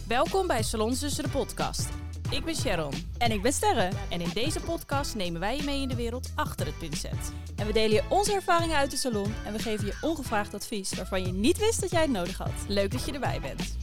Welkom bij Salonzussen de podcast. Ik ben Sharon. En ik ben Sterre. En in deze podcast nemen wij je mee in de wereld achter het pincet. En we delen je onze ervaringen uit de salon en we geven je ongevraagd advies waarvan je niet wist dat jij het nodig had. Leuk dat je erbij bent.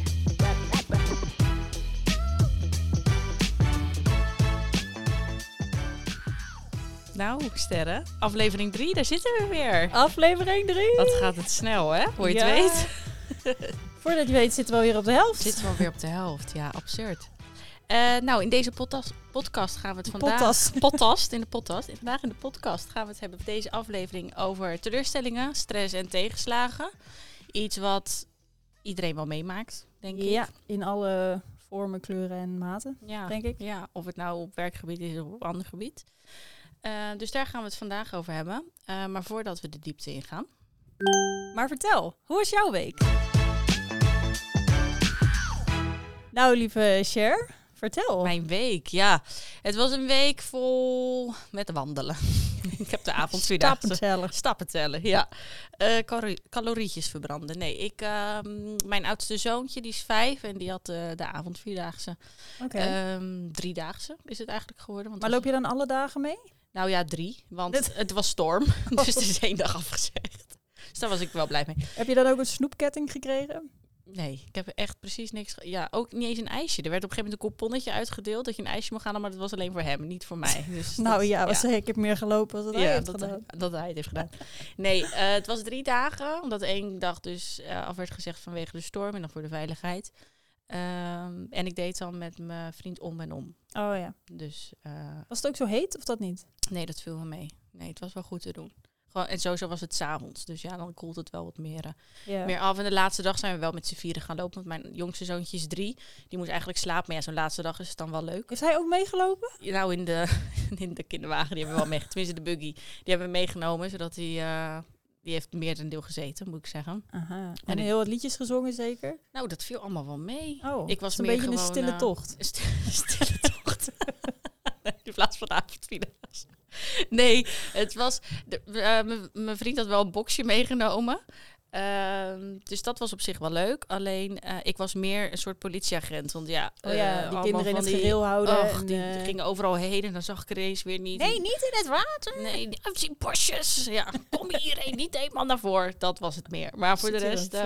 Nou, Sterre, aflevering 3, daar zitten we weer. Aflevering 3. Wat gaat het snel, hè? Hoe je het weet. Voordat je weet zitten we alweer op de helft. Zitten we alweer op de helft, ja, absurd. Nou, in deze podcast gaan we het vandaag... Vandaag in de podcast gaan we het hebben op deze aflevering over teleurstellingen, stress en tegenslagen. Iets wat iedereen wel meemaakt, denk ik. Ja, in alle vormen, kleuren en maten, denk ik. Ja, of het nou op werkgebied is of op ander gebied. Dus daar gaan we het vandaag over hebben. Maar voordat we de diepte ingaan. Maar vertel, hoe was jouw week? Nou, lieve Cher, vertel. Mijn week, ja. Het was een week vol met wandelen. Ik heb de avondvierdaagse. Stappen tellen, ja. Calorietjes verbranden. Nee, mijn oudste zoontje, die is 5 en die had de avondvierdaagse. Okay. 3-daagse is het eigenlijk geworden. Want maar loop je dan alle dagen mee? Nou ja, 3, want het was storm. Dus het is 1 dag afgezegd. Dus daar was ik wel blij mee. Heb je dan ook een snoepketting gekregen? Nee, ik heb echt precies niks... Ja, ook niet eens een ijsje. Er werd op een gegeven moment een couponnetje uitgedeeld dat je een ijsje mocht halen, maar dat was alleen voor hem, niet voor mij. Dus ik heb meer gelopen als hij heeft gedaan. Dat hij het heeft gedaan. Nee, het was 3 dagen, omdat 1 dag dus af werd gezegd vanwege de storm en dan voor de veiligheid. En ik deed dan met mijn vriend om en om. Oh ja. Dus, was het ook zo heet of dat niet? Nee, dat viel me mee. Nee, het was wel goed te doen. En sowieso was het 's avonds. Dus ja, dan koelt het wel wat meer af. En de laatste dag zijn we wel met z'n vieren gaan lopen. Want mijn jongste zoontje is 3. Die moest eigenlijk slapen. Maar ja, zo'n laatste dag is het dan wel leuk. Heeft hij ook meegelopen? Nou, in de kinderwagen. Die hebben we wel mee. Tenminste, de buggy. Die hebben we meegenomen. Zodat hij... die heeft merendeel gezeten, moet ik zeggen. Aha. En heel wat liedjes gezongen zeker? Nou, dat viel allemaal wel mee. Oh, ik was een beetje een stille tocht. Een stille tocht. In plaats van avondvierdaagse. Nee, het was... Mijn vriend had wel een boxje meegenomen. Dus dat was op zich wel leuk. Alleen, ik was meer een soort politieagent. Want ja, die kinderen in het gereel houden. Die gingen overal heen en dan zag ik er eens weer niet. Nee, niet in het water. Nee, die bosjes. Ja, kom hierheen, niet eenmaal naar voren. Dat was het meer. Maar voor de rest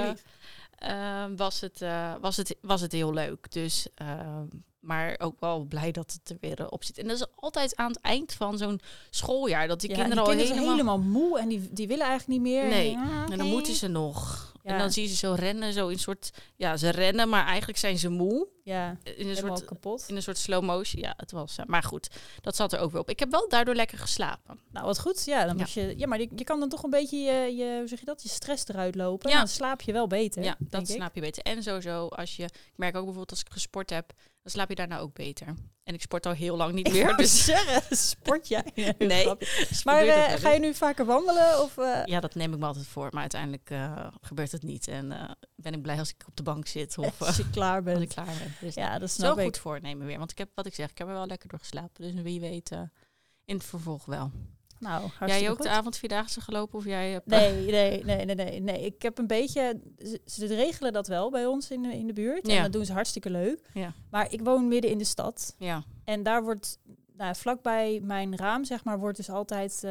was het heel leuk. Dus... maar ook wel blij dat het er weer op zit. En dat is altijd aan het eind van zo'n schooljaar. Dat die kinderen al helemaal moe en die willen eigenlijk niet meer. Nee, en dan moeten ze nog. Ja. En dan zie je ze zo rennen. Zo in een soort... Ja, ze rennen, maar eigenlijk zijn ze moe. Ja, helemaal kapot. In een soort slow motion. Ja, het was... maar goed, dat zat er ook weer op. Ik heb wel daardoor lekker geslapen. Nou, wat goed. Ja, dan moet je... Ja, maar je kan dan toch een beetje hoe zeg je dat? Je stress eruit lopen. Ja. Dan slaap je wel beter. Ja, dan slaap je beter. En sowieso als je... Ik merk ook bijvoorbeeld als ik gesport heb... Dan slaap je daarna ook beter. En ik sport al heel lang niet meer. Dus zeggen, sport jij? Nee. Maar ga je nu vaker wandelen? Of, Ja, dat neem ik me altijd voor. Maar uiteindelijk gebeurt het niet. En ben ik blij als ik op de bank zit. Of als je klaar bent. Als ik klaar ben. Dus ja, dat snap ik. Zo goed voornemen weer. Want ik heb, wat ik zeg, ik heb er wel lekker door geslapen. Dus wie weet in het vervolg wel. Nou, jij ook goed. De avondvierdaagse gelopen? Of jij hebt... Nee. Ik heb een beetje... Ze regelen dat wel bij ons in de buurt. Ja. En dat doen ze hartstikke leuk. Ja. Maar ik woon midden in de stad. Ja. En daar wordt... vlakbij mijn raam, zeg maar, wordt dus altijd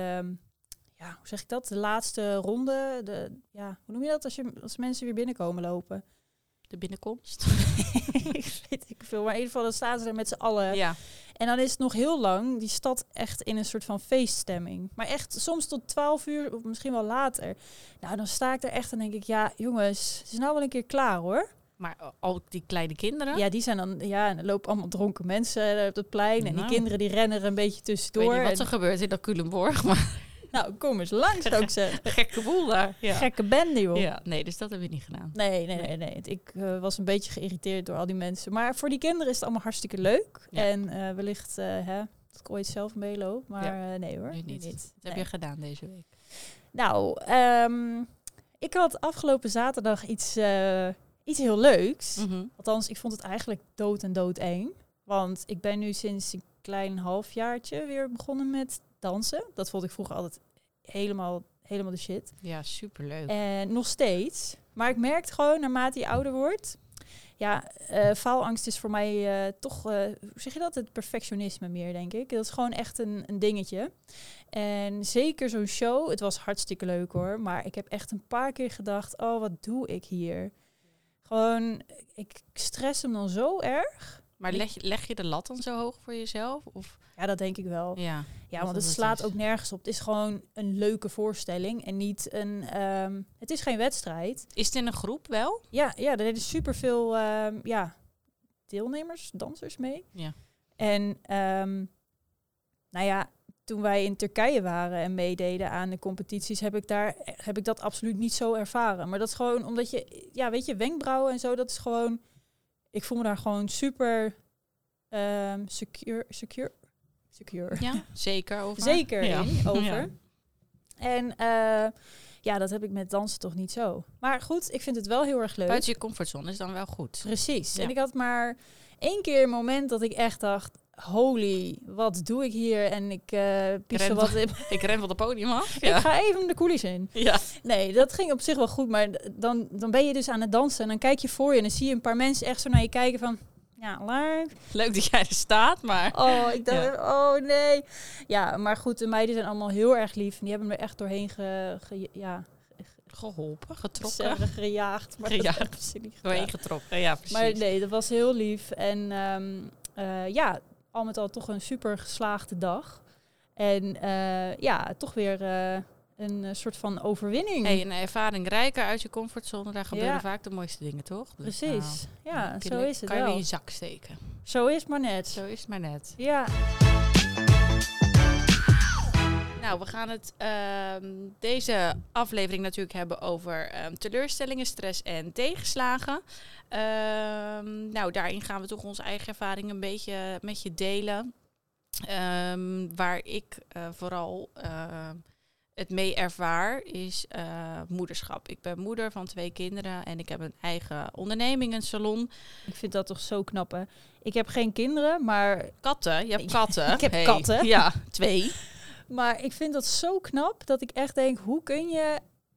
hoe zeg ik dat? De laatste ronde. Hoe noem je dat als mensen weer binnenkomen lopen? De binnenkomst? Ik weet niet veel. Maar in ieder geval, dan staan ze er met z'n allen. Ja. En dan is het nog heel lang die stad echt in een soort van feeststemming. Maar echt soms tot 12 uur of misschien wel later. Nou, dan sta ik er echt en denk ik, ja jongens, het is nou wel een keer klaar hoor. Maar al die kleine kinderen? Ja, die zijn dan, en er lopen allemaal dronken mensen op het plein. En die kinderen die rennen er een beetje tussendoor. Ik weet niet wat er gebeurt in dat Culemborg, maar... Nou, kom eens langs, zou ik zeggen. Gekke boel daar. Ja. Gekke bende, joh. Ja, nee, dus dat hebben we niet gedaan. Nee. Ik was een beetje geïrriteerd door al die mensen. Maar voor die kinderen is het allemaal hartstikke leuk. Ja. En wellicht dat ik ooit zelf meeloop. Maar nee hoor. Nu niet. Wat heb je gedaan deze week? Nou, ik had afgelopen zaterdag iets heel leuks. Mm-hmm. Althans, ik vond het eigenlijk doodeng. Want ik ben nu sinds een klein halfjaartje weer begonnen met dansen. Dat vond ik vroeger altijd helemaal de shit. Ja, superleuk. En nog steeds. Maar ik merk gewoon, naarmate je ouder wordt, faalangst is voor mij toch, hoe zeg je dat? Het perfectionisme meer, denk ik. Dat is gewoon echt een dingetje. En zeker zo'n show, het was hartstikke leuk hoor. Maar ik heb echt een paar keer gedacht, oh, wat doe ik hier? Gewoon, ik stress hem dan zo erg. Maar leg je de lat dan zo hoog voor jezelf? Of? Ja, dat denk ik wel. Ja, want het slaat ook nergens op. Het is gewoon een leuke voorstelling en niet een... het is geen wedstrijd. Is het in een groep wel? Ja, er deden superveel deelnemers, dansers mee. Ja. En toen wij in Turkije waren en meededen aan de competities, heb ik dat absoluut niet zo ervaren. Maar dat is gewoon omdat je, wenkbrauwen en zo, dat is gewoon... Ik voel me daar gewoon super secure. Ja, zeker over. Zeker over. Ja. En dat heb ik met dansen toch niet zo. Maar goed, ik vind het wel heel erg leuk. Buiten je comfortzone is dan wel goed. Precies. Ja. En ik had maar 1 keer een moment dat ik echt dacht... Holy, wat doe ik hier? En ik piesel wat... Ik ren van het podium af. Ja. Ik ga even de coulissen in. Ja. Nee, dat ging op zich wel goed. Maar dan ben je dus aan het dansen. En dan kijk je voor je en dan zie je een paar mensen echt zo naar je kijken van... Ja, leuk dat jij er staat, maar... Oh, ik dacht, oh nee. Ja, maar goed, de meiden zijn allemaal heel erg lief. En die hebben me er echt doorheen geholpen, getrokken. Gejaagd. Maar doorheen getrokken, ja, precies. Maar nee, dat was heel lief. En al met al toch een super geslaagde dag. En toch weer een soort van overwinning. Een ervaring rijker uit je comfortzone. Daar gebeuren vaak de mooiste dingen, toch? Dus, precies. Zo is het kan je wel. in je zak steken. Zo is het maar net. Zo is het maar net. Ja. Nou, we gaan het deze aflevering natuurlijk hebben over teleurstellingen, stress en tegenslagen. Daarin gaan we toch onze eigen ervaring een beetje met je delen. Waar ik vooral het mee ervaar is moederschap. Ik ben moeder van 2 kinderen en ik heb een eigen onderneming, een salon. Ik vind dat toch zo knap, hè? Ik heb geen kinderen, maar... Katten? Je hebt katten? Ik heb katten. Ja, 2. Maar ik vind dat zo knap dat ik echt denk, hoe kun je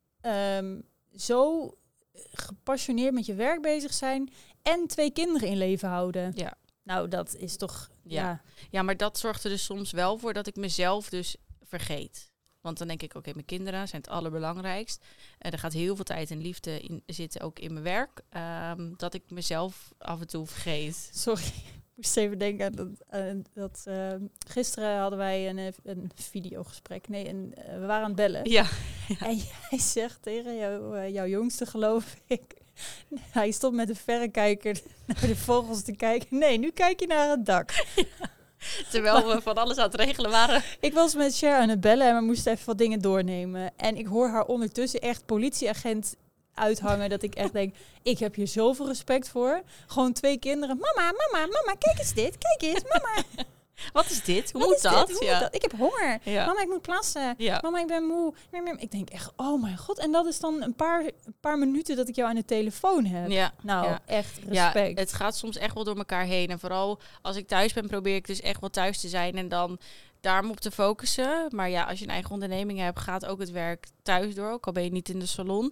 zo gepassioneerd met je werk bezig zijn en 2 kinderen in leven houden? Ja. Nou, dat is toch... Ja, maar dat zorgt er dus soms wel voor dat ik mezelf dus vergeet. Want dan denk ik, oké, mijn kinderen zijn het allerbelangrijkst. Er gaat heel veel tijd en liefde in zitten, ook in mijn werk. Dat ik mezelf af en toe vergeet. Sorry, ik moest even denken aan dat gisteren hadden wij een videogesprek. Nee, we waren aan het bellen. Ja. En jij zegt tegen jouw jongste, geloof ik... Hij stond met een verrekijker naar de vogels te kijken. Nee, nu kijk je naar het dak. Ja. Terwijl we van alles aan het regelen waren. Ik was met Cher aan het bellen en we moesten even wat dingen doornemen. En ik hoor haar ondertussen echt politieagent uithangen. Dat ik echt denk, ik heb hier zoveel respect voor. Gewoon 2 kinderen. Mama, kijk eens dit. Kijk eens, mama. Wat is dit? Hoe moet dat? Hoe moet dat? Ik heb honger. Ja. Mama, ik moet plassen. Ja. Mama, ik ben moe. Ik denk echt, oh mijn god. En dat is dan een paar minuten dat ik jou aan de telefoon heb. Ja. Nou, echt respect. Ja, het gaat soms echt wel door elkaar heen. En vooral als ik thuis ben, probeer ik dus echt wel thuis te zijn. En dan daarom op te focussen. Maar ja, als je een eigen onderneming hebt, gaat ook het werk thuis door. Ook al ben je niet in de salon.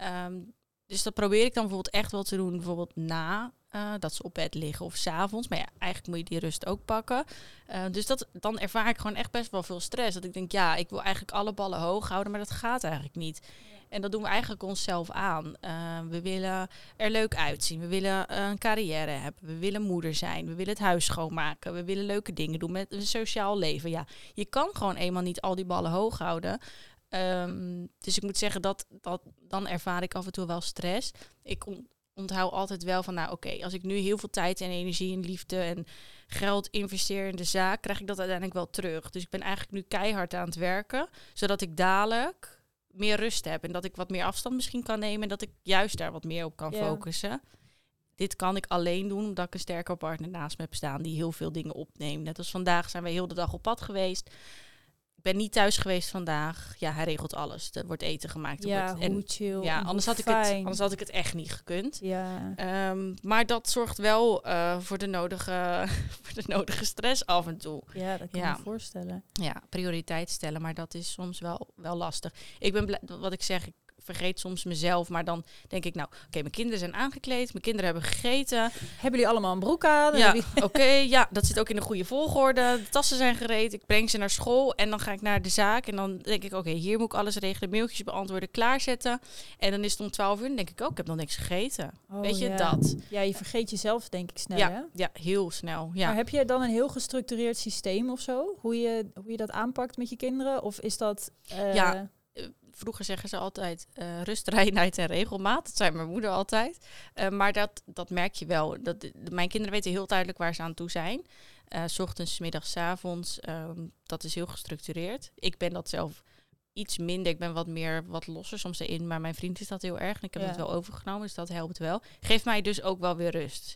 Dus dat probeer ik dan bijvoorbeeld echt wel te doen. Bijvoorbeeld na dat ze op bed liggen of 's avonds. Maar ja, eigenlijk moet je die rust ook pakken. Dus dan ervaar ik gewoon echt best wel veel stress. Dat ik denk, ja, ik wil eigenlijk alle ballen hoog houden, maar dat gaat eigenlijk niet. En dat doen we eigenlijk onszelf aan. We willen er leuk uitzien. We willen een carrière hebben. We willen moeder zijn. We willen het huis schoonmaken. We willen leuke dingen doen met een sociaal leven. Ja, je kan gewoon eenmaal niet al die ballen hoog houden. Dus ik moet zeggen, dat dan ervaar ik af en toe wel stress. Ik onthoud altijd wel van, nou oké, als ik nu heel veel tijd en energie en liefde en geld investeer in de zaak, krijg ik dat uiteindelijk wel terug. Dus ik ben eigenlijk nu keihard aan het werken, zodat ik dadelijk meer rust heb en dat ik wat meer afstand misschien kan nemen en dat ik juist daar wat meer op kan focussen. Dit kan ik alleen doen omdat ik een sterke partner naast me heb staan die heel veel dingen opneemt. Net als vandaag zijn we heel de dag op pad geweest. Ik ben niet thuis geweest vandaag. Ja, hij regelt alles. Er wordt eten gemaakt. Ja, hoe chill. Ja, anders had ik het echt niet gekund. Ja. Maar dat zorgt wel voor de nodige stress af en toe. Ja, dat kan ik me voorstellen. Ja, prioriteit stellen, maar dat is soms wel lastig. Ik ben blij, wat ik zeg, ik vergeet soms mezelf. Maar dan denk ik, nou, oké, mijn kinderen zijn aangekleed. Mijn kinderen hebben gegeten. Hebben jullie allemaal een broek aan? Ja, oké, dat zit ook in de goede volgorde. De tassen zijn gereed. Ik breng ze naar school. En dan ga ik naar de zaak. En dan denk ik, oké, hier moet ik alles regelen. Mailtjes beantwoorden, klaarzetten. En dan is het om 12 uur. Dan denk ik ook, ik heb nog niks gegeten. Weet je, dat. Ja, je vergeet jezelf denk ik snel, hè? Ja, heel snel. Ja. Maar heb je dan een heel gestructureerd systeem of zo? Hoe je dat aanpakt met je kinderen? Of is dat... Vroeger zeggen ze altijd rust, reinheid en regelmaat. Dat zei mijn moeder altijd. Maar dat merk je wel. Mijn kinderen weten heel duidelijk waar ze aan toe zijn. 's Ochtends, 's middags, 's avonds. Dat is heel gestructureerd. Ik ben dat zelf iets minder. Ik ben wat losser soms erin. Maar mijn vriend is dat heel erg. En ik heb het wel overgenomen, dus dat helpt wel. Geeft mij dus ook wel weer rust.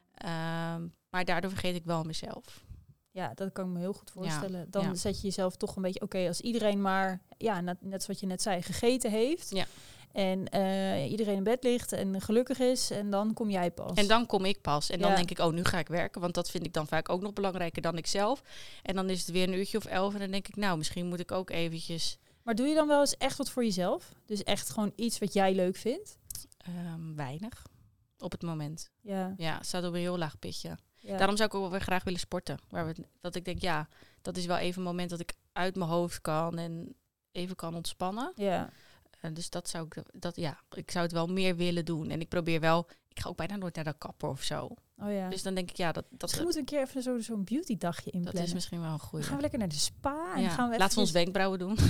Maar daardoor vergeet ik wel mezelf. Ja, dat kan ik me heel goed voorstellen. Dan zet je jezelf toch een beetje... Oké, als iedereen maar, net zoals wat je net zei, gegeten heeft... Ja. En iedereen in bed ligt en gelukkig is... en dan kom jij pas. En dan kom ik pas. En dan denk ik, nu ga ik werken. Want dat vind ik dan vaak ook nog belangrijker dan ik zelf. En dan is het weer 1 uurtje of 11. En dan denk ik, misschien moet ik ook eventjes... Maar doe je dan wel eens echt wat voor jezelf? Dus echt gewoon iets wat jij leuk vindt? Weinig. Op het moment. Ja, staat op een heel laag pitje. Ja. Daarom zou ik ook wel weer graag willen sporten. Dat ik denk, dat is wel even een moment dat ik uit mijn hoofd kan en even kan ontspannen. Ja. Dus dat zou ik zou het wel meer willen doen. En ik probeer wel, ik ga ook bijna nooit naar de kapper of zo. Oh ja. Dus dan denk ik, Misschien moet een keer even zo'n beauty dagje inplannen. Dat is misschien wel een goeie. Dan gaan we lekker naar de spa en gaan we laten we ons wenkbrauwen doen.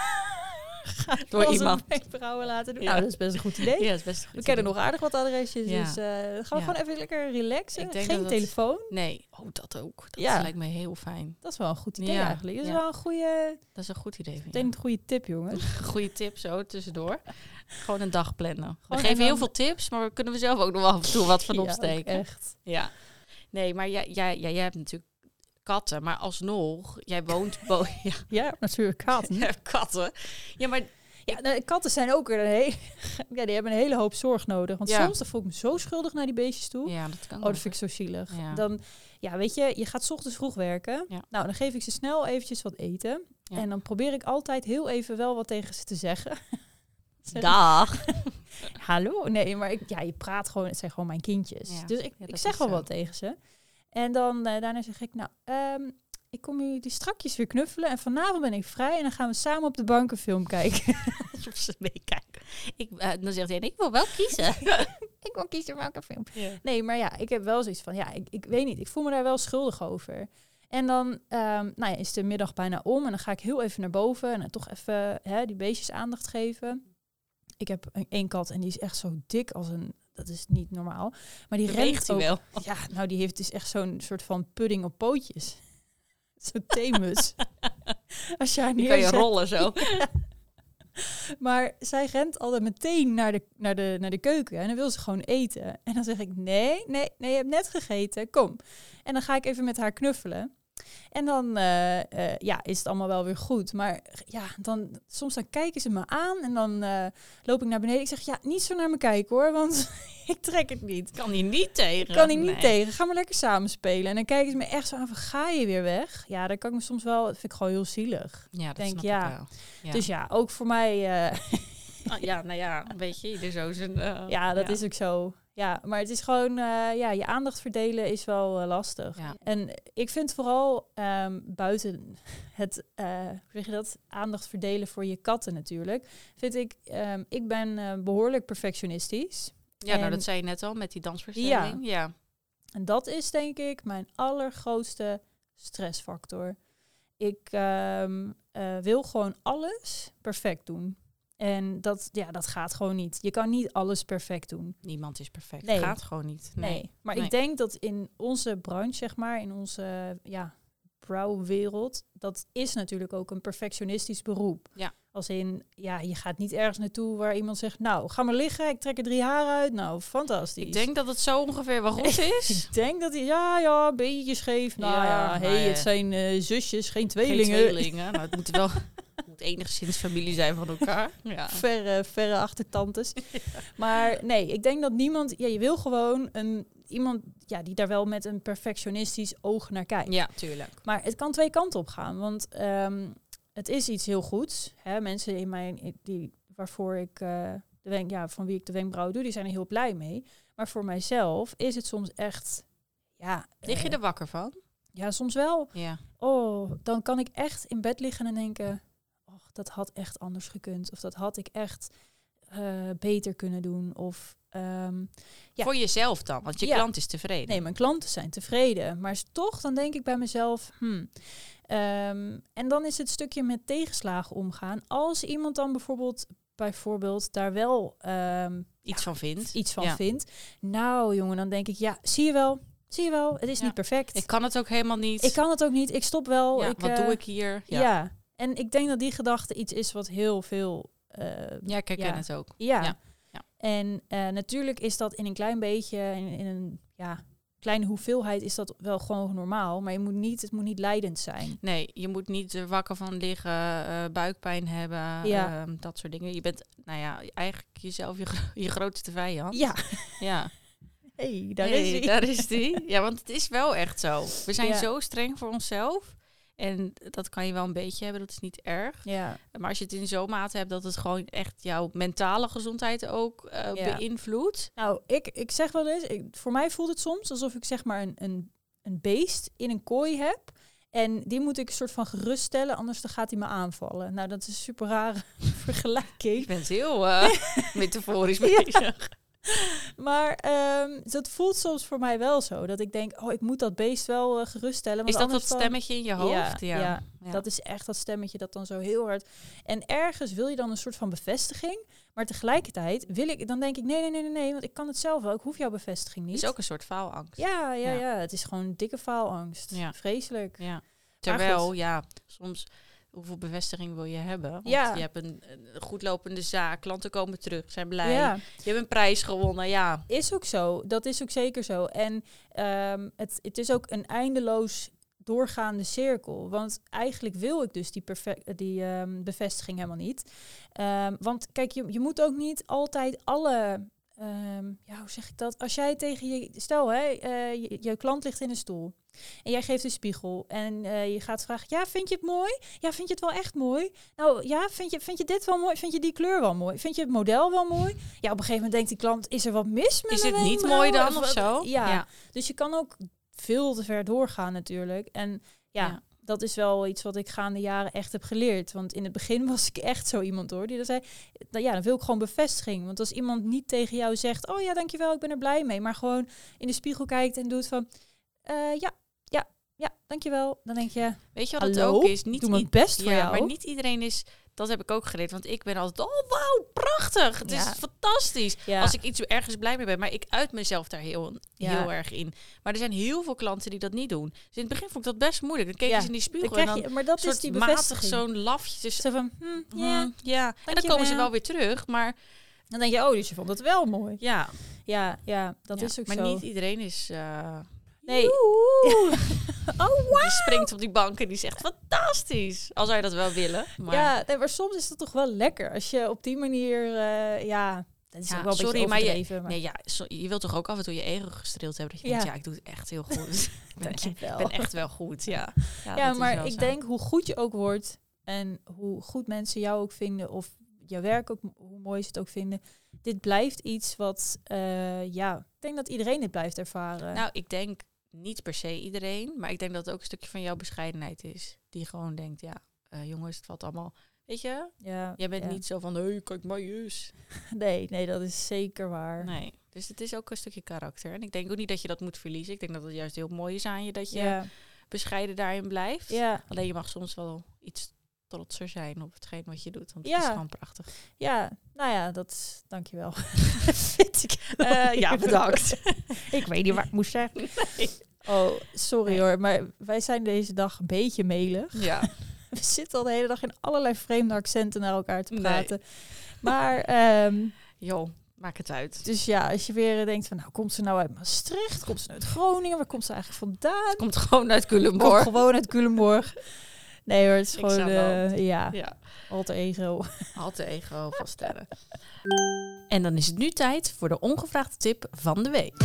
Door iemand wenkbrauwen laten doen. Ja. Nou, dat is best een goed idee. Ja, dat is best een goed we kennen nog aardig wat adresjes, dus gaan we gewoon even lekker relaxen. Geen telefoon. Nee, dat ook. Dat lijkt me heel fijn. Dat is wel een goed idee eigenlijk. Dat is wel een goede... Dat is een goed idee. Meteen een goede tip, jongen. Goede tip zo tussendoor. Gewoon een dag plannen. We geven heel veel tips, maar we kunnen we zelf ook nog wel af en toe wat van opsteken. Echt. Ja. Nee, maar jij hebt natuurlijk katten, maar alsnog, jij woont... Ja, natuurlijk katten. Ja, katten. Ja, maar... Ja, katten zijn ook die hebben een hele hoop zorg nodig. Want soms dan voel ik me zo schuldig naar die beestjes toe. Ja, dat kan. Dat vind ik zo zielig. Ja. Dan, weet je gaat 's ochtends vroeg werken. Ja. Nou, dan geef ik ze snel eventjes wat eten. Ja. En dan probeer ik altijd heel even wel wat tegen ze te zeggen. Dag. Hallo? Nee, maar je praat gewoon, het zijn gewoon mijn kindjes. Ja. Dus ik zeg wel wat tegen ze. En dan daarna zeg ik, ik kom jullie strakjes weer knuffelen en vanavond ben ik vrij en dan gaan we samen op de bank een film kijken. Alsof ze meekijken. Dan zegt hij, ik wil wel kiezen. Ik wil kiezen welke film. Yeah. Nee, maar ik heb wel zoiets van, ik weet niet, ik voel me daar wel schuldig over. En dan is de middag bijna om en dan ga ik heel even naar boven en dan toch even die beestjes aandacht geven. Ik heb een kat en die is echt zo dik als een... Dat is niet normaal. Maar die rent ook... wel. Ja, die heeft dus echt zo'n soort van pudding op pootjes. Zo'n theemus. Als je haar die kan je rollen zo. Ja. Maar zij rent altijd meteen naar de keuken. En dan wil ze gewoon eten. En dan zeg ik, nee, je hebt net gegeten. Kom. En dan ga ik even met haar knuffelen. En dan is het allemaal wel weer goed. Maar soms dan kijken ze me aan en dan loop ik naar beneden. Ik zeg, niet zo naar me kijken hoor, want ik trek het niet. Kan hier niet tegen. Kan hier niet tegen. Ga maar lekker samen spelen. En dan kijken ze me echt zo aan van, ga je weer weg? Ja, dan kan ik me soms wel, dat vind ik gewoon heel zielig. Ja, dat denk, snap ik wel. Ja. Dus ook voor mij... weet je, ieder zo zijn... dat is ook zo. Ja, maar het is gewoon, je aandacht verdelen is wel lastig. Ja. En ik vind vooral buiten het, aandacht verdelen voor je katten natuurlijk, vind ik ben behoorlijk perfectionistisch. Ja, dat zei je net al met die dansvoorstelling. Ja. En dat is denk ik mijn allergrootste stressfactor. Ik wil gewoon alles perfect doen. En dat gaat gewoon niet. Je kan niet alles perfect doen. Niemand is perfect. Nee. Gaat gewoon niet. Nee. Maar ik denk dat in onze branche, zeg maar, in onze brouwwereld, dat is natuurlijk ook een perfectionistisch beroep. Ja. Als in, je gaat niet ergens naartoe waar iemand zegt, nou, ga maar liggen, ik trek er 3 haren uit. Nou, fantastisch. Ik denk dat het zo ongeveer wel goed is. Ik denk dat hij, een beetje scheef. Het zijn zusjes, geen tweelingen. Geen tweelingen. Nou, het moet wel... moet enigszins familie zijn van elkaar. Ja. Verre achtertantes. Ja. Maar nee, ik denk dat niemand... je wil gewoon iemand die daar wel met een perfectionistisch oog naar kijkt. Ja, tuurlijk. Maar het kan 2 kanten op gaan. Want het is iets heel goeds. Hè? Mensen die waarvoor ik van wie ik de wenkbrauwen doe, die zijn er heel blij mee. Maar voor mijzelf is het soms echt... Lig je er wakker van? Ja, soms wel. Ja. Oh, dan kan ik echt in bed liggen en denken... dat had echt anders gekund. Of dat had ik echt beter kunnen doen. Of, voor jezelf dan? Want je klant is tevreden. Nee, mijn klanten zijn tevreden. Maar toch, dan denk ik bij mezelf... en dan is het stukje met tegenslagen omgaan. Als iemand dan bijvoorbeeld daar wel... iets van vindt. Nou, jongen, dan denk ik... zie je wel, het is niet perfect. Ik kan het ook helemaal niet. Ik kan het ook niet, ik stop wel. Wat doe ik hier? Ja. En ik denk dat die gedachte iets is wat heel veel... ik herken het ook. Ja. En natuurlijk is dat in een klein beetje, in een kleine hoeveelheid is dat wel gewoon normaal. Maar het moet niet leidend zijn. Nee, je moet niet er wakker van liggen, buikpijn hebben, dat soort dingen. Je bent, eigenlijk jezelf je grootste vijand. Ja. Daar is die. Ja, want het is wel echt zo. We zijn zo streng voor onszelf. En dat kan je wel een beetje hebben, dat is niet erg. Ja. Maar als je het in zo'n mate hebt dat het gewoon echt jouw mentale gezondheid ook beïnvloedt. Nou, ik zeg wel eens, voor mij voelt het soms alsof ik zeg maar een beest in een kooi heb. En die moet ik een soort van geruststellen, anders dan gaat hij me aanvallen. Nou, dat is een super rare vergelijking. Je bent heel metaforisch bezig. Maar dat voelt soms voor mij wel zo. Dat ik denk, ik moet dat beest wel geruststellen. Is dat stemmetje in je hoofd? Ja, dat is echt dat stemmetje dat dan zo heel hard... En ergens wil je dan een soort van bevestiging. Maar tegelijkertijd dan denk ik, nee, want ik kan het zelf wel. Ik hoef jouw bevestiging niet. Het is ook een soort faalangst. Ja. Het is gewoon een dikke faalangst. Ja. Vreselijk. Ja. Terwijl, soms... Hoeveel bevestiging wil je hebben? Want je hebt een goed lopende zaak. Klanten komen terug, zijn blij. Ja. Je hebt een prijs gewonnen, ja. Is ook zo. Dat is ook zeker zo. En het is ook een eindeloos doorgaande cirkel. Want eigenlijk wil ik dus die bevestiging helemaal niet. Want kijk, je moet ook niet altijd alle... hoe zeg ik dat? Als jij tegen je... Stel, je klant ligt in een stoel. En jij geeft een spiegel. En je gaat vragen, vind je het mooi? Ja, vind je het wel echt mooi? Nou, ja, vind je dit wel mooi? Vind je die kleur wel mooi? Vind je het model wel mooi? Ja, op een gegeven moment denkt die klant, is er wat mis met Is het niet mooi dan of zo? Ja, dus je kan ook veel te ver doorgaan natuurlijk. En dat is wel iets wat ik gaande jaren echt heb geleerd. Want in het begin was ik echt zo iemand hoor. Die dan zei, dan wil ik gewoon bevestiging. Want als iemand niet tegen jou zegt, oh ja, dankjewel, ik ben er blij mee. Maar gewoon in de spiegel kijkt en doet van, ja, dankjewel. Dan denk je, weet je wat het ook is? Doe mijn best voor jou. Maar niet iedereen is... Dat heb ik ook geleerd. Want ik ben altijd, wauw, prachtig. Het is fantastisch. Ja. Als ik iets ergens blij mee ben. Maar ik uit mezelf daar heel erg in. Maar er zijn heel veel klanten die dat niet doen. Dus in het begin vond ik dat best moeilijk. Dan keek je in die spiegel en dan maar dat is die bevestiging. Matig zo'n lafje. Dus, zo van, en dan komen ze wel weer terug. Maar dan denk je, dus je vond het wel mooi. Ja, dat is ook maar zo. Maar niet iedereen is... Nee. Wow. Die springt op die bank en die zegt fantastisch. Al zou je dat wel willen. Maar... maar soms is het toch wel lekker. Als je op die manier... dat is ook wel een beetje overdreven. Je wilt toch ook af en toe je ego gestreeld hebben. Dat je denkt, ik doe het echt heel goed. Ik ben echt wel goed, ja. Maar ik denk hoe goed je ook wordt... en hoe goed mensen jou ook vinden... of jouw werk ook, hoe mooi ze het ook vinden... dit blijft iets wat... ik denk dat iedereen dit blijft ervaren. Nou, ik denk... Niet per se iedereen, maar ik denk dat het ook een stukje van jouw bescheidenheid is. Die gewoon denkt, jongens, het valt allemaal... Weet je? Jij bent niet zo van, kijk maar eens. Nee, dat is zeker waar. Nee, dus het is ook een stukje karakter. En ik denk ook niet dat je dat moet verliezen. Ik denk dat het juist heel mooi is aan je, dat je bescheiden daarin blijft. Ja. Alleen je mag soms wel iets trotser zijn op hetgeen wat je doet. Want het is gewoon prachtig. Ja, dat... Dankjewel. Vind ik. Bedankt. Ik weet niet wat ik moest zeggen. Nee. Oh, sorry hoor. Maar wij zijn deze dag een beetje melig. Ja. We zitten al de hele dag in allerlei vreemde accenten naar elkaar te praten. Nee. Maar... maak het uit. Dus als je weer denkt van... komt ze nou uit Maastricht? Komt ze uit Groningen? Waar komt ze eigenlijk vandaan? Ze komt gewoon uit Culemborg. Gewoon uit Culemborg. Nee hoor, het is gewoon... alter ego. Alter ego van sterren. En dan is het nu tijd voor de ongevraagde tip van de week.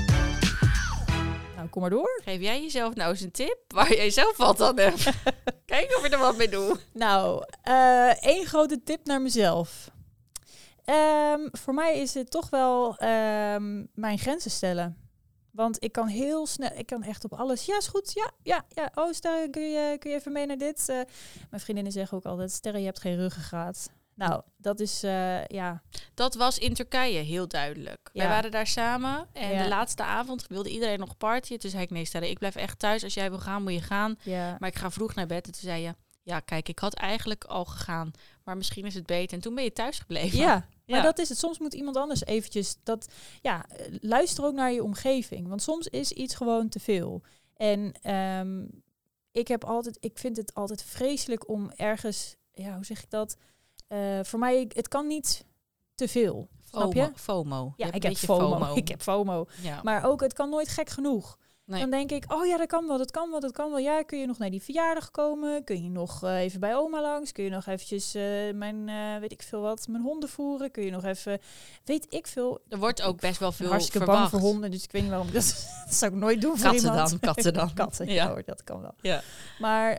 Nou, kom maar door. Geef jij jezelf nou eens een tip waar jij zelf wat aan hebt? Kijk of ik er wat mee doe. Nou, één grote tip naar mezelf. Voor mij is het toch wel mijn grenzen stellen. Want ik kan heel snel, ik kan echt op alles. Ja, is goed. Ja. Oh, Sterre, kun je even mee naar dit? Mijn vriendinnen zeggen ook altijd, Sterre, je hebt geen ruggengraat. Nou, dat is, Dat was in Turkije heel duidelijk. Ja. Wij waren daar samen en de laatste avond wilde iedereen nog partyen. Toen zei ik, nee Sterre, ik blijf echt thuis. Als jij wil gaan, moet je gaan. Ja. Maar ik ga vroeg naar bed. En toen zei je, ja kijk, ik had eigenlijk al gegaan. Maar misschien is het beter. En toen ben je thuis gebleven. Ja, maar dat is het. Soms moet iemand anders eventjes luister ook naar je omgeving. Want soms is iets gewoon te veel. En ik vind het altijd vreselijk om ergens, hoe zeg ik dat? Voor mij, het kan niet te veel. Snap je? FOMO. Ja, ik heb FOMO. Ik heb FOMO. Ja. Maar ook, het kan nooit gek genoeg. Nee. Dan denk ik, oh ja, dat kan wel. Ja, kun je nog naar die verjaardag komen? Kun je nog even bij oma langs? Kun je nog eventjes mijn honden voeren? Kun je nog even, weet ik veel. Er wordt ook best wel veel hartstikke verwacht. bang voor honden, dus ik weet niet waarom. Dat zou ik nooit doen voor iemand. Katten dan. Katten, ja hoor, dat kan wel. Ja. Maar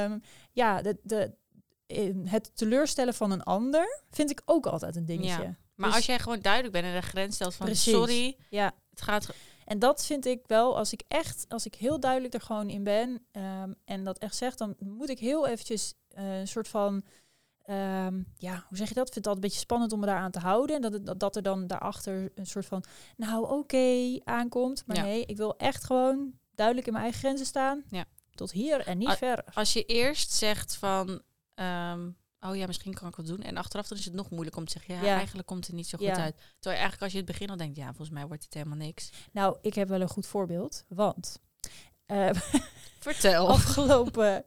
het teleurstellen van een ander vind ik ook altijd een dingetje. Ja. Maar dus, als jij gewoon duidelijk bent en een grens stelt van precies. Sorry, ja. het gaat. En dat vind ik wel, als ik heel duidelijk er gewoon in ben en dat echt zeg, dan moet ik heel eventjes een soort van, hoe zeg je dat? Ik vind het altijd een beetje spannend om me daaraan te houden. En dat er dan daarachter een soort van, oké, aankomt. Maar nee, ik wil echt gewoon duidelijk in mijn eigen grenzen staan. Ja. Tot hier en niet verder. Als je eerst zegt van, misschien kan ik wat doen. En achteraf dan is het nog moeilijk om te zeggen, eigenlijk komt het niet zo goed uit. Terwijl je eigenlijk als je het begin al denkt, volgens mij wordt het helemaal niks. Nou, ik heb wel een goed voorbeeld, want vertel. Afgelopen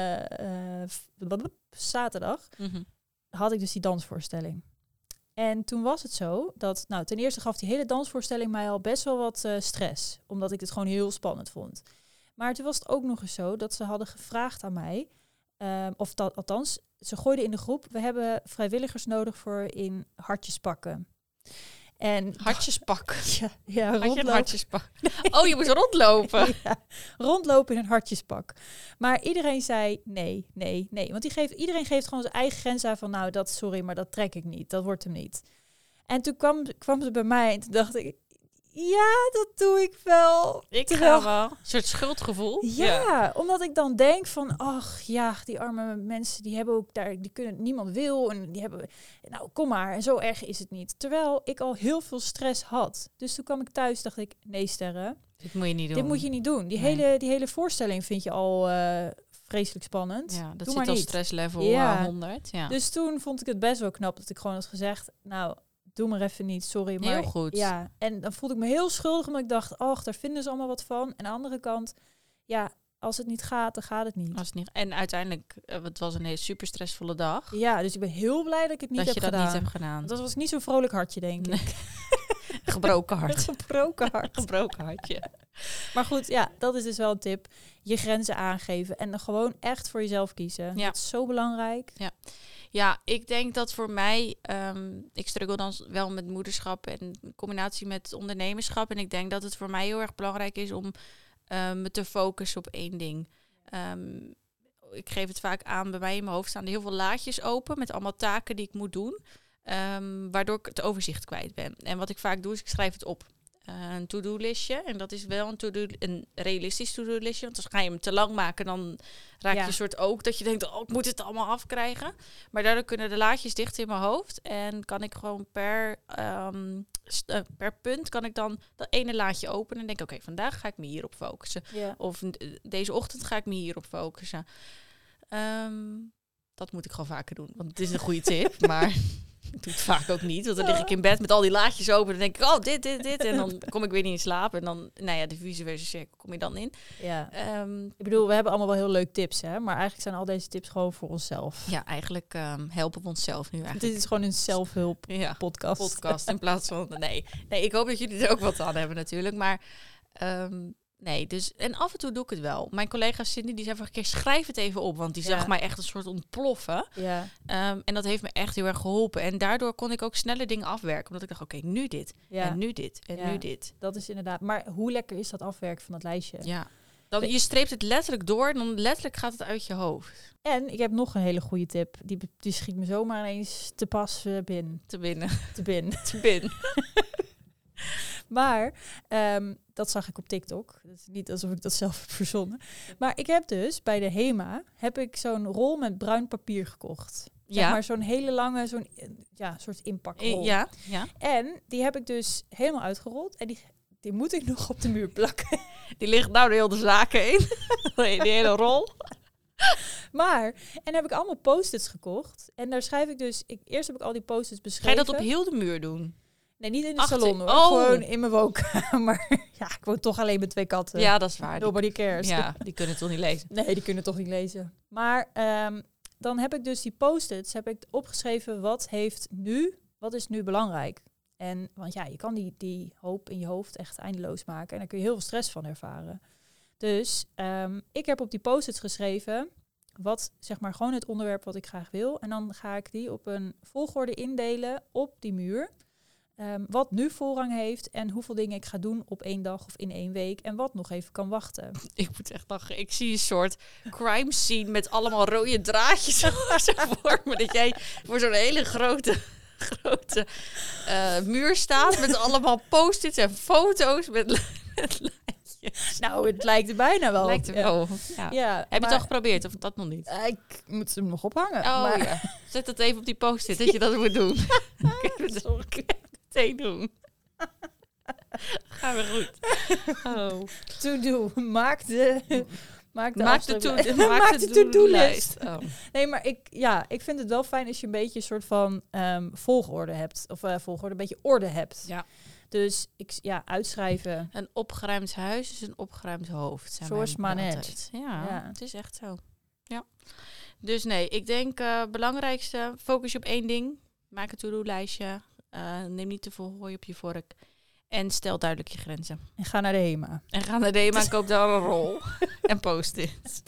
zaterdag had ik dus die dansvoorstelling. En toen was het zo dat, ten eerste gaf die hele dansvoorstelling mij al best wel wat stress. Omdat ik het gewoon heel spannend vond. Maar toen was het ook nog eens zo dat ze hadden gevraagd aan mij, althans, ze gooiden in de groep, we hebben vrijwilligers nodig voor in hartjespakken. En hartjespak? Ja, rondlopen. Hartjespak. Oh, je moest rondlopen. Ja, rondlopen in een hartjespak. Maar iedereen zei nee. Want iedereen geeft gewoon zijn eigen grens aan van, maar dat trek ik niet. Dat wordt hem niet. En toen kwam ze bij mij en toen dacht ik, ja, dat doe ik wel. Ga wel. Een soort schuldgevoel. Ja, omdat ik dan denk van, die arme mensen, die hebben ook daar, die kunnen, niemand wil. En die hebben, kom maar. En zo erg is het niet. Terwijl ik al heel veel stress had. Dus toen kwam ik thuis, dacht ik, nee Sterre. Dit moet je niet doen. Dit moet je niet doen. Die hele voorstelling vind je al vreselijk spannend. Ja, dat doe zit maar al stresslevel 100. Ja. Dus toen vond ik het best wel knap dat ik gewoon had gezegd, doe maar even niet, sorry. Maar heel goed. Ja, en dan voelde ik me heel schuldig, omdat ik dacht, daar vinden ze allemaal wat van. En aan de andere kant, als het niet gaat, dan gaat het niet. Als het niet. En uiteindelijk, het was een hele super stressvolle dag. Ja, dus ik ben heel blij dat ik het niet heb gedaan. Niet heb gedaan. Want dat was niet zo'n vrolijk hartje, denk ik. Gebroken hart. Gebroken hartje. Maar goed, dat is dus wel een tip. Je grenzen aangeven en dan gewoon echt voor jezelf kiezen. Ja. Dat is zo belangrijk. Ja, ik denk dat voor mij, ik struggle dan wel met moederschap en in combinatie met ondernemerschap. En ik denk dat het voor mij heel erg belangrijk is om me te focussen op één ding. Ik geef het vaak aan, bij mij in mijn hoofd staan er heel veel laadjes open met allemaal taken die ik moet doen. Waardoor ik het overzicht kwijt ben. En wat ik vaak doe, is ik schrijf het op. Een to-do-listje. En dat is wel een realistisch to-do-listje. Want als ga je hem te lang maken, dan raak je een soort ook dat je denkt, ik moet het allemaal afkrijgen. Maar daardoor kunnen de laadjes dicht in mijn hoofd. En kan ik gewoon per punt kan ik dan dat ene laadje openen. En denk oké, vandaag ga ik me hierop focussen. Ja. Of deze ochtend ga ik me hierop focussen. Dat moet ik gewoon vaker doen. Want het is een goede tip, maar ik doe het vaak ook niet. Want dan lig ik in bed met al die laadjes open. Dan denk ik, dit. En dan kom ik weer niet in slaap. En dan, de vice versa cirkel kom je dan in. Ja. Ik bedoel, we hebben allemaal wel heel leuk tips, hè? Maar eigenlijk zijn al deze tips gewoon voor onszelf. Ja, eigenlijk helpen we onszelf nu eigenlijk. Dit is gewoon een zelfhulp podcast. In plaats van, nee, ik hoop dat jullie er ook wat aan hebben natuurlijk. Maar nee, dus en af en toe doe ik het wel. Mijn collega Cindy, die zei van een keer, schrijf het even op. Want die zag mij echt een soort ontploffen. Ja. En dat heeft me echt heel erg geholpen. En daardoor kon ik ook sneller dingen afwerken. Omdat ik dacht, oké, nu dit. En nu dit. En nu dit. Dat is inderdaad. Maar hoe lekker is dat afwerken van dat lijstje? Ja. Je streept het letterlijk door en dan letterlijk gaat het uit je hoofd. En ik heb nog een hele goede tip. Die schiet me zomaar ineens te pas binnen. Te binnen. Te binnen. Maar dat zag ik op TikTok. Dat is niet alsof ik dat zelf heb verzonnen. Maar ik heb dus bij de HEMA zo'n rol met bruin papier gekocht. Zeg maar zo'n hele lange, soort inpakrol. Ja. En die heb ik dus helemaal uitgerold. En die moet ik nog op de muur plakken. Die ligt nou de hele zaken in. Die hele rol. Maar, en heb ik allemaal post-its gekocht. En daar schrijf ik dus... Eerst heb ik al die post-its beschreven. Ga je dat op heel de muur doen? Nee, niet in de salon hoor. Gewoon in mijn woonkamer. Ja, ik woon toch alleen met 2 katten. Ja, dat is waar. Nobody cares. Ja, die kunnen het toch niet lezen? Nee, die kunnen toch niet lezen. Maar dan heb ik dus die post-its opgeschreven. Wat is nu belangrijk? Want je kan die hoop in je hoofd echt eindeloos maken. En daar kun je heel veel stress van ervaren. Dus ik heb op die post-its geschreven... wat zeg maar gewoon het onderwerp wat ik graag wil. En dan ga ik die op een volgorde indelen op die muur... wat nu voorrang heeft en hoeveel dingen ik ga doen op 1 dag of in 1 week. En wat nog even kan wachten. Ik moet echt lachen. Ik zie een soort crime scene met allemaal rode draadjes zo voor me. Dat jij voor zo'n hele grote muur staat met allemaal post-its en foto's met lijntjes. Nou, het lijkt er bijna wel. Lijkt er wel. Ja. Heb je het al geprobeerd of dat nog niet? Ik moet hem nog ophangen. Ja. Zet dat even op die post-it dat je dat moet doen. Meteen doen. Gaan we goed. Oh. To-do. Maak de to-do-lijst. Oh. Nee, maar ik vind het wel fijn als je een beetje een soort van volgorde hebt. Of volgorde, een beetje orde hebt. Ja. Dus uitschrijven. Een opgeruimd huis is een opgeruimd hoofd. Zoals maar net. Ja, het is echt zo. Ja. Dus nee, ik denk belangrijkste, focus je op 1 ding. Maak een to-do-lijstje. Neem niet te veel hooi op je vork. En stel duidelijk je grenzen. En ga naar de HEMA. En koop daar een rol. En post it.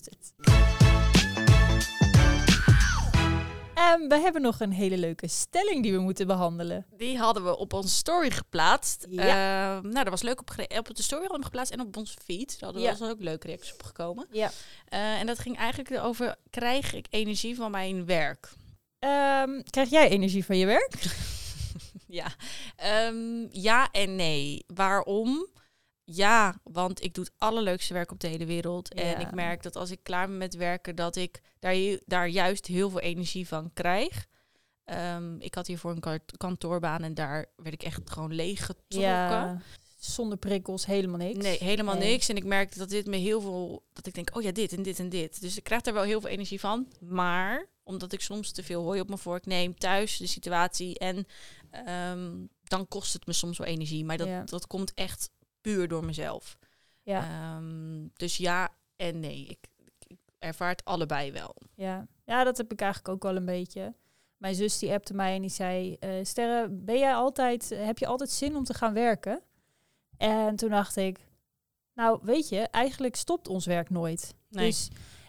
We hebben nog een hele leuke stelling die we moeten behandelen. Die hadden we op onze story geplaatst. Ja. Dat was leuk op de story hadden we geplaatst en op onze feed. Daar hadden we ook leuke reacties op gekomen. Ja. En dat ging eigenlijk over, krijg ik energie van mijn werk? Krijg jij energie van je werk? Ja. Ja en nee. Waarom? Ja, want ik doe het allerleukste werk op de hele wereld. Ja. En ik merk dat als ik klaar ben met werken, dat ik daar juist heel veel energie van krijg. Ik had hiervoor een kantoorbaan en daar werd ik echt gewoon leeg getrokken. Ja, zonder prikkels, helemaal niks. Nee, helemaal niks. En ik merkte dat dit me heel veel, dat ik denk, oh ja, dit en dit en dit. Dus ik krijg daar wel heel veel energie van. Maar omdat ik soms te veel hooi op mijn vork neem thuis, de situatie. En dan kost het me soms wel energie. Maar dat komt echt puur door mezelf. Ja. Dus ja en nee. Ik ervaar het allebei wel. Ja, dat heb ik eigenlijk ook wel een beetje. Mijn zus die appte mij en die zei, Sterre, heb je altijd zin om te gaan werken? En toen dacht ik, nou weet je, eigenlijk stopt ons werk nooit. Nee. Dus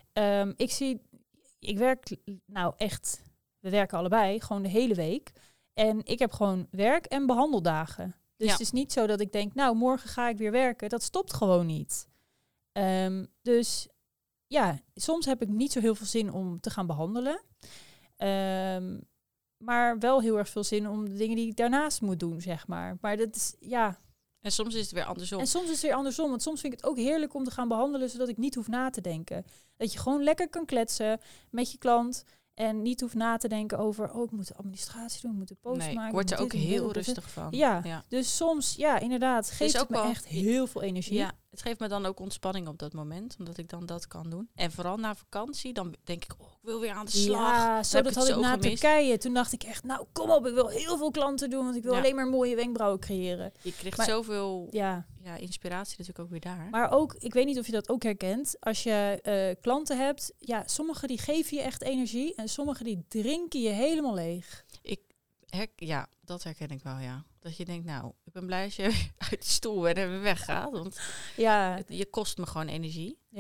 ik werk nou echt, we werken allebei, gewoon de hele week. En ik heb gewoon werk- en behandeldagen. Dus het is niet zo dat ik denk, nou, morgen ga ik weer werken. Dat stopt gewoon niet. Dus ja, soms heb ik niet zo heel veel zin om te gaan behandelen. Maar wel heel erg veel zin om de dingen die ik daarnaast moet doen, zeg maar. Maar dat is, ja. En soms is het weer andersom. Want soms vind ik het ook heerlijk om te gaan behandelen, zodat ik niet hoef na te denken. Dat je gewoon lekker kan kletsen met je klant. En niet hoeft na te denken over, ik moet de administratie doen, ik moet de post maken. Ik word er ook heel rustig van. Ja, dus soms, inderdaad, geeft het me echt heel veel energie. Ja, het geeft me dan ook ontspanning op dat moment, omdat ik dan dat kan doen. En vooral na vakantie, dan denk ik, ik wil weer aan de slag. Ja, dat had ik na Turkije. Toen dacht ik echt, nou kom op, ik wil heel veel klanten doen, want ik wil alleen maar mooie wenkbrauwen creëren. Je krijgt zoveel inspiratie natuurlijk ook weer daar. Maar ook, ik weet niet of je dat ook herkent, als je klanten hebt, sommigen die geven je echt energie en sommigen die drinken je helemaal leeg. Dat herken ik wel, ja. Dat je denkt, nou, ik ben blij als je uit de stoel bent en weer weggaat. Want je kost me gewoon energie. Ja.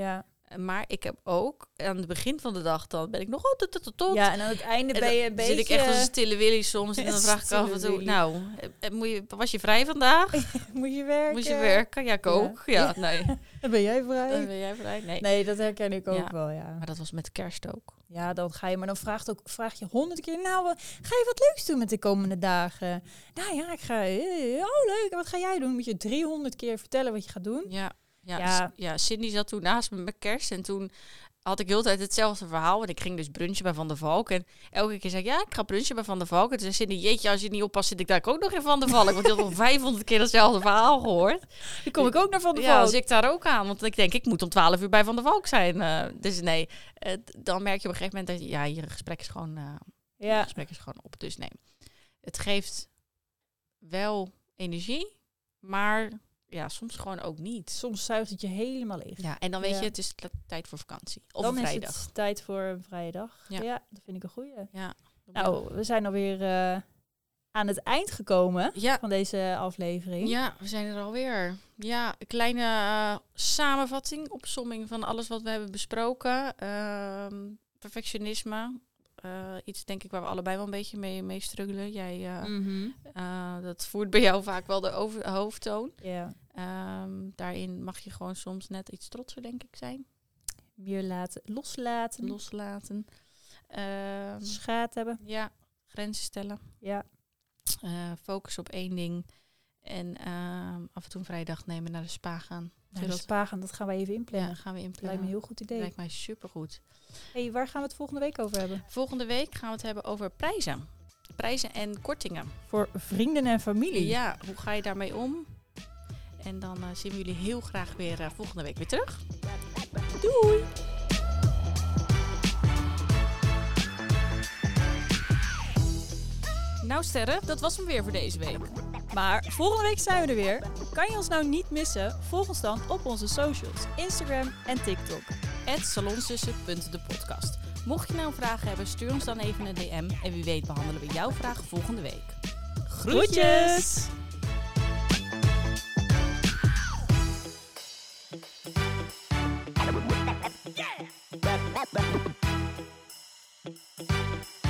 Maar ik heb ook aan het begin van de dag, dan ben ik nog tot. Ja, en aan het einde ben je een beetje... zit ik echt als een stille Willy soms. En dan vraag ik af en toe, nou, was je vrij vandaag? Moet je werken? Moest je werken? Ja, ik ook. Ja, nee. Dan ben jij vrij. Dan ben jij vrij? Nee, dat herken ik ook wel, ja. Maar dat was met kerst ook. Ja, dan ga je, maar dan vraag je 100 keer, nou, ga je wat leuks doen met de komende dagen? Nou ja, ik ga, leuk, wat ga jij doen? Moet je 300 keer vertellen wat je gaat doen? Ja, Cindy zat toen naast me met kerst en toen had ik de hele tijd hetzelfde verhaal. En ik ging dus brunchen bij Van der Valk. En elke keer zei ik, ik ga brunchen bij Van der Valk. En toen zei Cindy, jeetje, als je niet oppast, zit ik daar ook nog in Van der Valk. Want ik had al 500 keer hetzelfde verhaal gehoord. Dan kom ik ook naar Van der Valk. Ja, dus ik daar ook aan. Want ik denk, ik moet om 12 uur bij Van der Valk zijn. Dus nee, dan merk je op een gegeven moment dat je gesprek is gewoon, je gesprek is gewoon op. Dus nee, het geeft wel energie, maar... Ja, soms gewoon ook niet. Soms zuigt het je helemaal leeg. Ja, en dan weet je, het is tijd voor vakantie. Of dan een vrijdag. Is het tijd voor een vrije dag. Ja, dat vind ik een goeie. Ja. Nou, we zijn alweer aan het eind gekomen van deze aflevering. Ja, we zijn er alweer. Ja, een kleine samenvatting, opsomming van alles wat we hebben besproken. Perfectionisme. Iets denk ik waar we allebei wel een beetje mee struggelen. Jij, dat voert bij jou vaak wel de hoofdtoon. Ja. Daarin mag je gewoon soms net iets trotser, denk ik, zijn. Meer loslaten. Schaat hebben. Ja, grenzen stellen. Ja. Focus op één ding. En af en toe een vrije dag nemen, naar de spa gaan. Naar de spa gaan, dat gaan wij even inplannen. Ja, gaan we inplannen. Lijkt me een heel goed idee. Lijkt mij supergoed. Hey, waar gaan we het volgende week over hebben? Volgende week gaan we het hebben over prijzen. Prijzen en kortingen. Voor vrienden en familie. Ja, hoe ga je daarmee om? En dan zien we jullie heel graag weer volgende week weer terug. Doei! Nou Sterre, dat was hem weer voor deze week. Maar volgende week zijn we er weer. Kan je ons nou niet missen? Volg ons dan op onze socials, Instagram en TikTok. @salonzussen.depodcast. Mocht je nou vragen hebben, stuur ons dan even een DM. En wie weet behandelen we jouw vraag volgende week. Groetjes! Yeah!